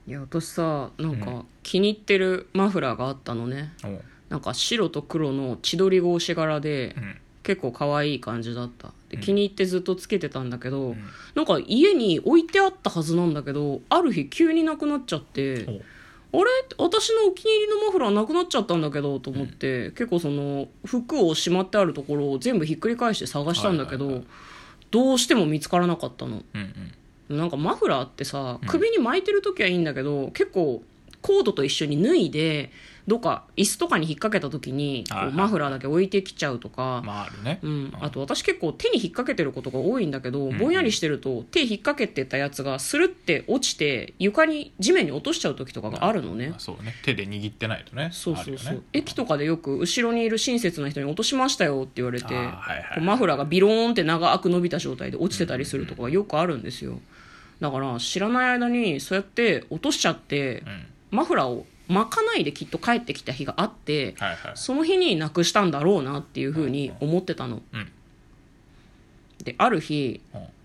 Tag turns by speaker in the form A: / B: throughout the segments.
A: いや私さなんか気に入ってるマフラーがあったのね。
B: お
A: なんか白と黒の千鳥格子柄で、
B: うん
A: 結構可愛い感じだったで、
B: うん
A: 気に入ってずっとつけてたんだけど、
B: ん
A: なんか家に置いてあったはずなんだけど、ある日急になくなっちゃって、あれ私のお気に入りのマフラーなくなっちゃったんだけどと思って、結構その服をしまってあるところを全部ひっくり返して探したんだけど、
B: はいはいはい、
A: どうしても見つからなかったの。
B: うん
A: なんかマフラーってさ、
B: うん
A: 首に巻いてる時はいいんだけど、結構コードと一緒に脱いでどっか椅子とかに引っ掛けた時にこ
B: はいはいはい
A: うマフラーだけ置いてきちゃうとか、
B: まああるね、
A: あと私結構手に引っ掛けてることが多いんだけど、ぼんやりしてると手引っ掛けてたやつがスルって落ちて床に地面に落としちゃう時とかがあるのね。
B: そうね、手で握ってないとね。
A: そうそうそう、
B: あるよね。
A: 駅とかでよく後ろにいる親切な人に落としましたよって言われて、
B: はいはい
A: こうマフラーがビローンって長く伸びた状態で落ちてたりするとかがよくあるんですよ。だから知らない間にそうやって落としちゃって、マフラーを巻かないできっと帰ってきた日があって、
B: はいはい、
A: その日になくしたんだろうなっていうふうに思ってたの。である日、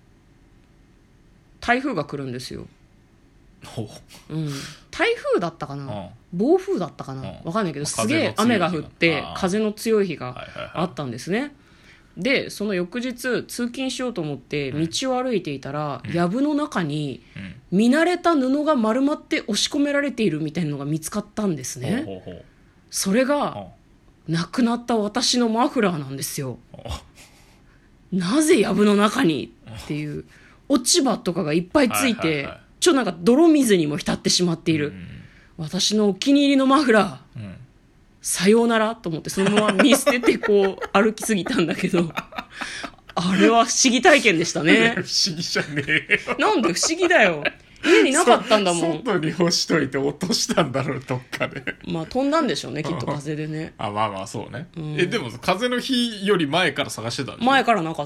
A: 台風が来るんですよ。台風だったかな、暴風だったかな、わかんないけど、すげえ雨が降って風の強い日があったんですね。でその翌日通勤しようと思って道を歩いていたら、藪の中に見慣れた布が丸まって押し込められているみたいなのが見つかったんですね。それがなくなった私のマフラーなんですよ。なぜ藪の中にっていう、落ち葉とかがいっぱいついて、なんか泥水にも浸ってしまっている、私のお気に入りのマフラー、さようならと思ってそのまま見捨ててこう歩き過ぎたんだけどあれは不思議体験でしたね。
B: 不思議じゃねえよ。
A: なんで不思議だよ。家になかったんだもん。
B: 外に干しといて落としたんだろう、どっかで。
A: まあ飛んだんでしょうね、きっと風でね。
B: あ、まあまあそうね、でも風の日より前から探してたんでしょ。
A: 前からなかった、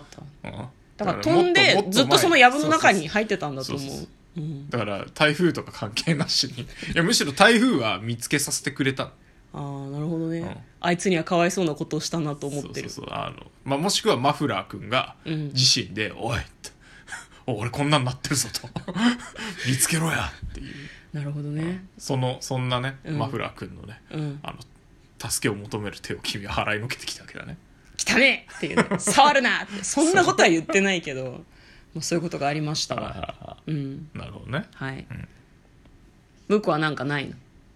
A: だから飛んでずっとその藪の中に入ってたんだと思う。
B: だから台風とか関係なしに、いやむしろ台風は見つけさせてくれた。
A: ああなるほどね、あいつにはかわいそうなことをしたなと思ってる。
B: そうまあ、もしくはマフラー君が自身で、おいって俺こんなんなってるぞと見つけろやっていう。
A: なるほどね、
B: そんなね、マフラー君のね、助けを求める手を君は払いのけてきたわけだね。
A: 汚ねっていう、ね、触るなってそんなことは言ってないけどもうそういうことがありましたわ。
B: なるほどね。
A: はい、向こうはなんかないの？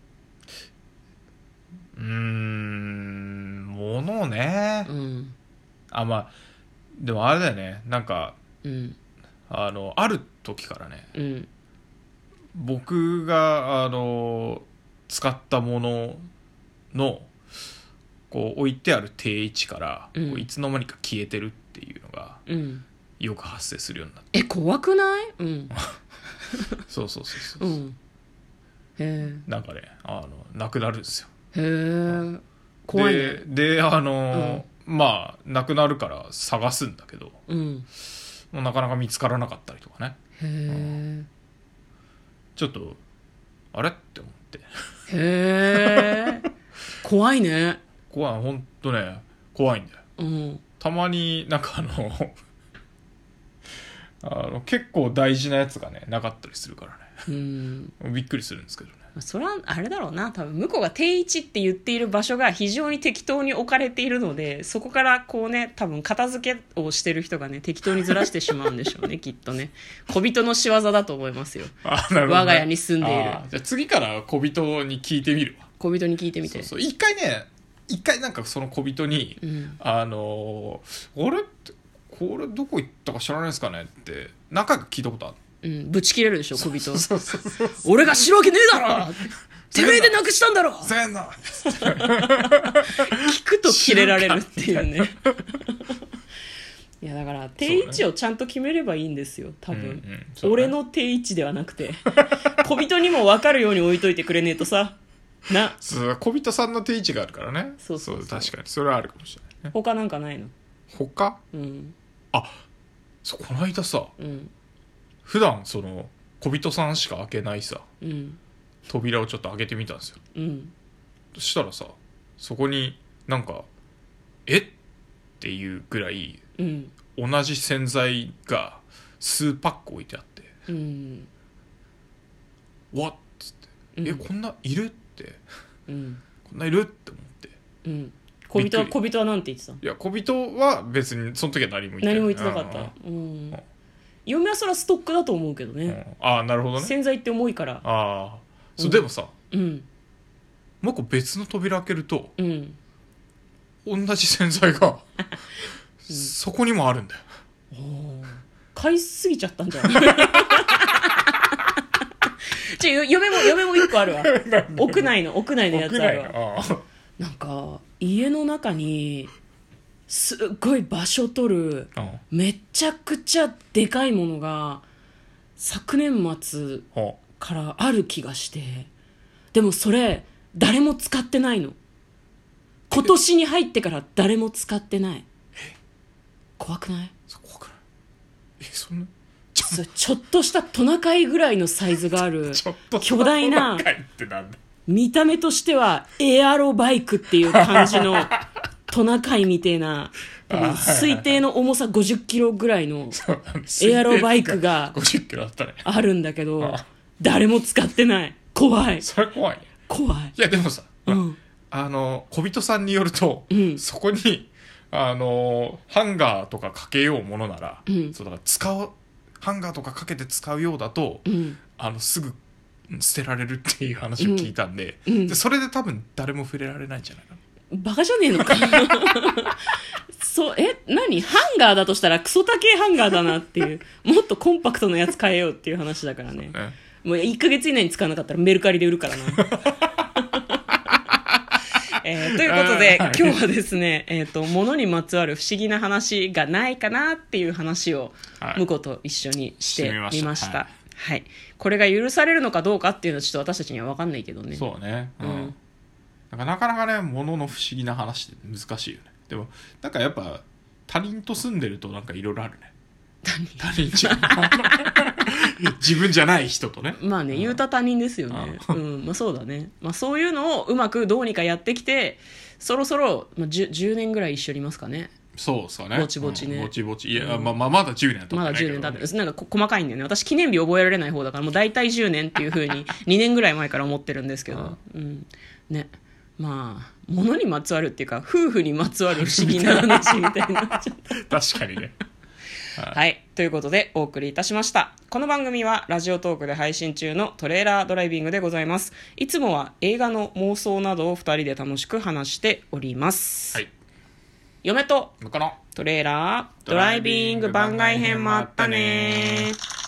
B: ものね、まあでもあれだよね、なんか、ある時からね、僕が使ったもののこう置いてある定位置から、こういつの間にか消えてるっていうのが、よく発生するようになって。
A: 怖くない？
B: そう、
A: へ
B: なんかねなくなるんですよ。
A: え怖いね。
B: でまあなくなるから探すんだけど、もうなかなか見つからなかったりとかね。ちょっとあれって思って。
A: 怖いね。
B: 怖い、ほんとね怖いんだよ。たまになんか結構大事なやつがねなかったりするからね、びっくりするんですけどね。
A: それはあれだろうな、多分向こうが定位置って言っている場所が非常に適当に置かれているので、そこからこうね、多分片付けをしてる人がね適当にずらしてしまうんでしょうねきっとね。小人の仕業だと思いますよ。
B: なるほどね、
A: 我が家に住んでいる。
B: じゃあ次から小人に聞いてみるわ。
A: 小人に聞いてみて。
B: 一回なんかその小人に、あれってこれどこ行ったか知らないですかねって何回か聞いたことある。
A: ぶち切れるでしょ小人。俺が知るわけねえだろてめえでなくしたんだろ
B: せんな
A: 聞くとキレられるっていうね。いやだから定位置をちゃんと決めればいいんですよ多分、俺の定位置ではなくて小人にも分かるように置いといてくれねえとさな。
B: 小人さんの定位置があるからね。そう確かにそれはあるかもしれないね。
A: 他なんかないの？
B: 他？この間さ、普段その小人さんしか開けないさ、扉をちょっと開けてみたんですよ。そしたらさ、そこになんかっていうぐらい、同じ洗剤が数パック置いてあって、わっつって、こんないるって、
A: こん
B: ないるって思って、
A: 小人はなんて言ってたの？
B: いや小人は別にその時は何も
A: 言ってなかった。嫁はそれはストックだと思うけどね。
B: ああなるほどね。
A: 洗剤って重いから。
B: ああそう、でもさ、もう一個別の扉開けると、同じ洗剤がそこにもあるんだよ。
A: 買いすぎちゃったんじゃない？嫁も一個あるわ。屋内のやつあるわ。なんか家の中にすっごい場所取るめちゃくちゃでかいものが昨年末からある気がして、でもそれ誰も使ってないの。今年に入ってから誰も使ってない。怖くない？
B: 怖くない？そんな
A: ちょっとしたトナカイぐらいのサイズがある巨大な、見た目としてはエアロバイクっていう感じのトナカイみたいな、推定の重さ50キロぐらいのエアロバイクがあるんだけど、誰も使ってない。怖い。
B: それ怖いね。
A: 怖い。
B: いやでもさ、小人さんによると、そこにハンガーとかかけようものなら、そうだからハンガーとかかけて使うようだと、すぐ捨てられるっていう話を聞いたんで、でそれで多分誰も触れられないんじゃないかな。
A: バカじゃねえのか。何ハンガーだとしたらクソ高いハンガーだなっていう、もっとコンパクトなやつ買えようっていう話だからね。もう1ヶ月以内に使わなかったらメルカリで売るからな。ということで、今日はですね、物にまつわる不思議な話がないかなっていう話を婿と一緒にしてみました。はい。これが許されるのかどうかっていうのはちょっと私たちには分かんないけどね。
B: そうね。なかなかね、物の不思議な話って難しいよね。でもなんかやっぱ他人と住んでるとなんかいろいろあるね。他人じゃ自分じゃない人とね。
A: まあね、言うた他人ですよね。まあそうだね。まあそういうのをうまくどうにかやってきて、そろそろ、10年ぐらい一緒にいますかね。
B: そうそうね。
A: ぼちぼちね。
B: ぼちぼち。いや、まだ10年経ってないけど。
A: まだ10年経ってる。なんか細かいんだよね。私記念日覚えられない方だから、もう大体10年っていう風に2年ぐらい前から思ってるんですけど。ね。まあ、物にまつわるっていうか、夫婦にまつわる不思議な話みたいになっちゃった。
B: 確かにね。
A: はい。ということでお送りいたしました。この番組はラジオトークで配信中のトレーラードライビングでございます。いつもは映画の妄想などを2人で楽しく話しております。
B: はい。
A: 嫁とトレーラードライビング番外編もあったね。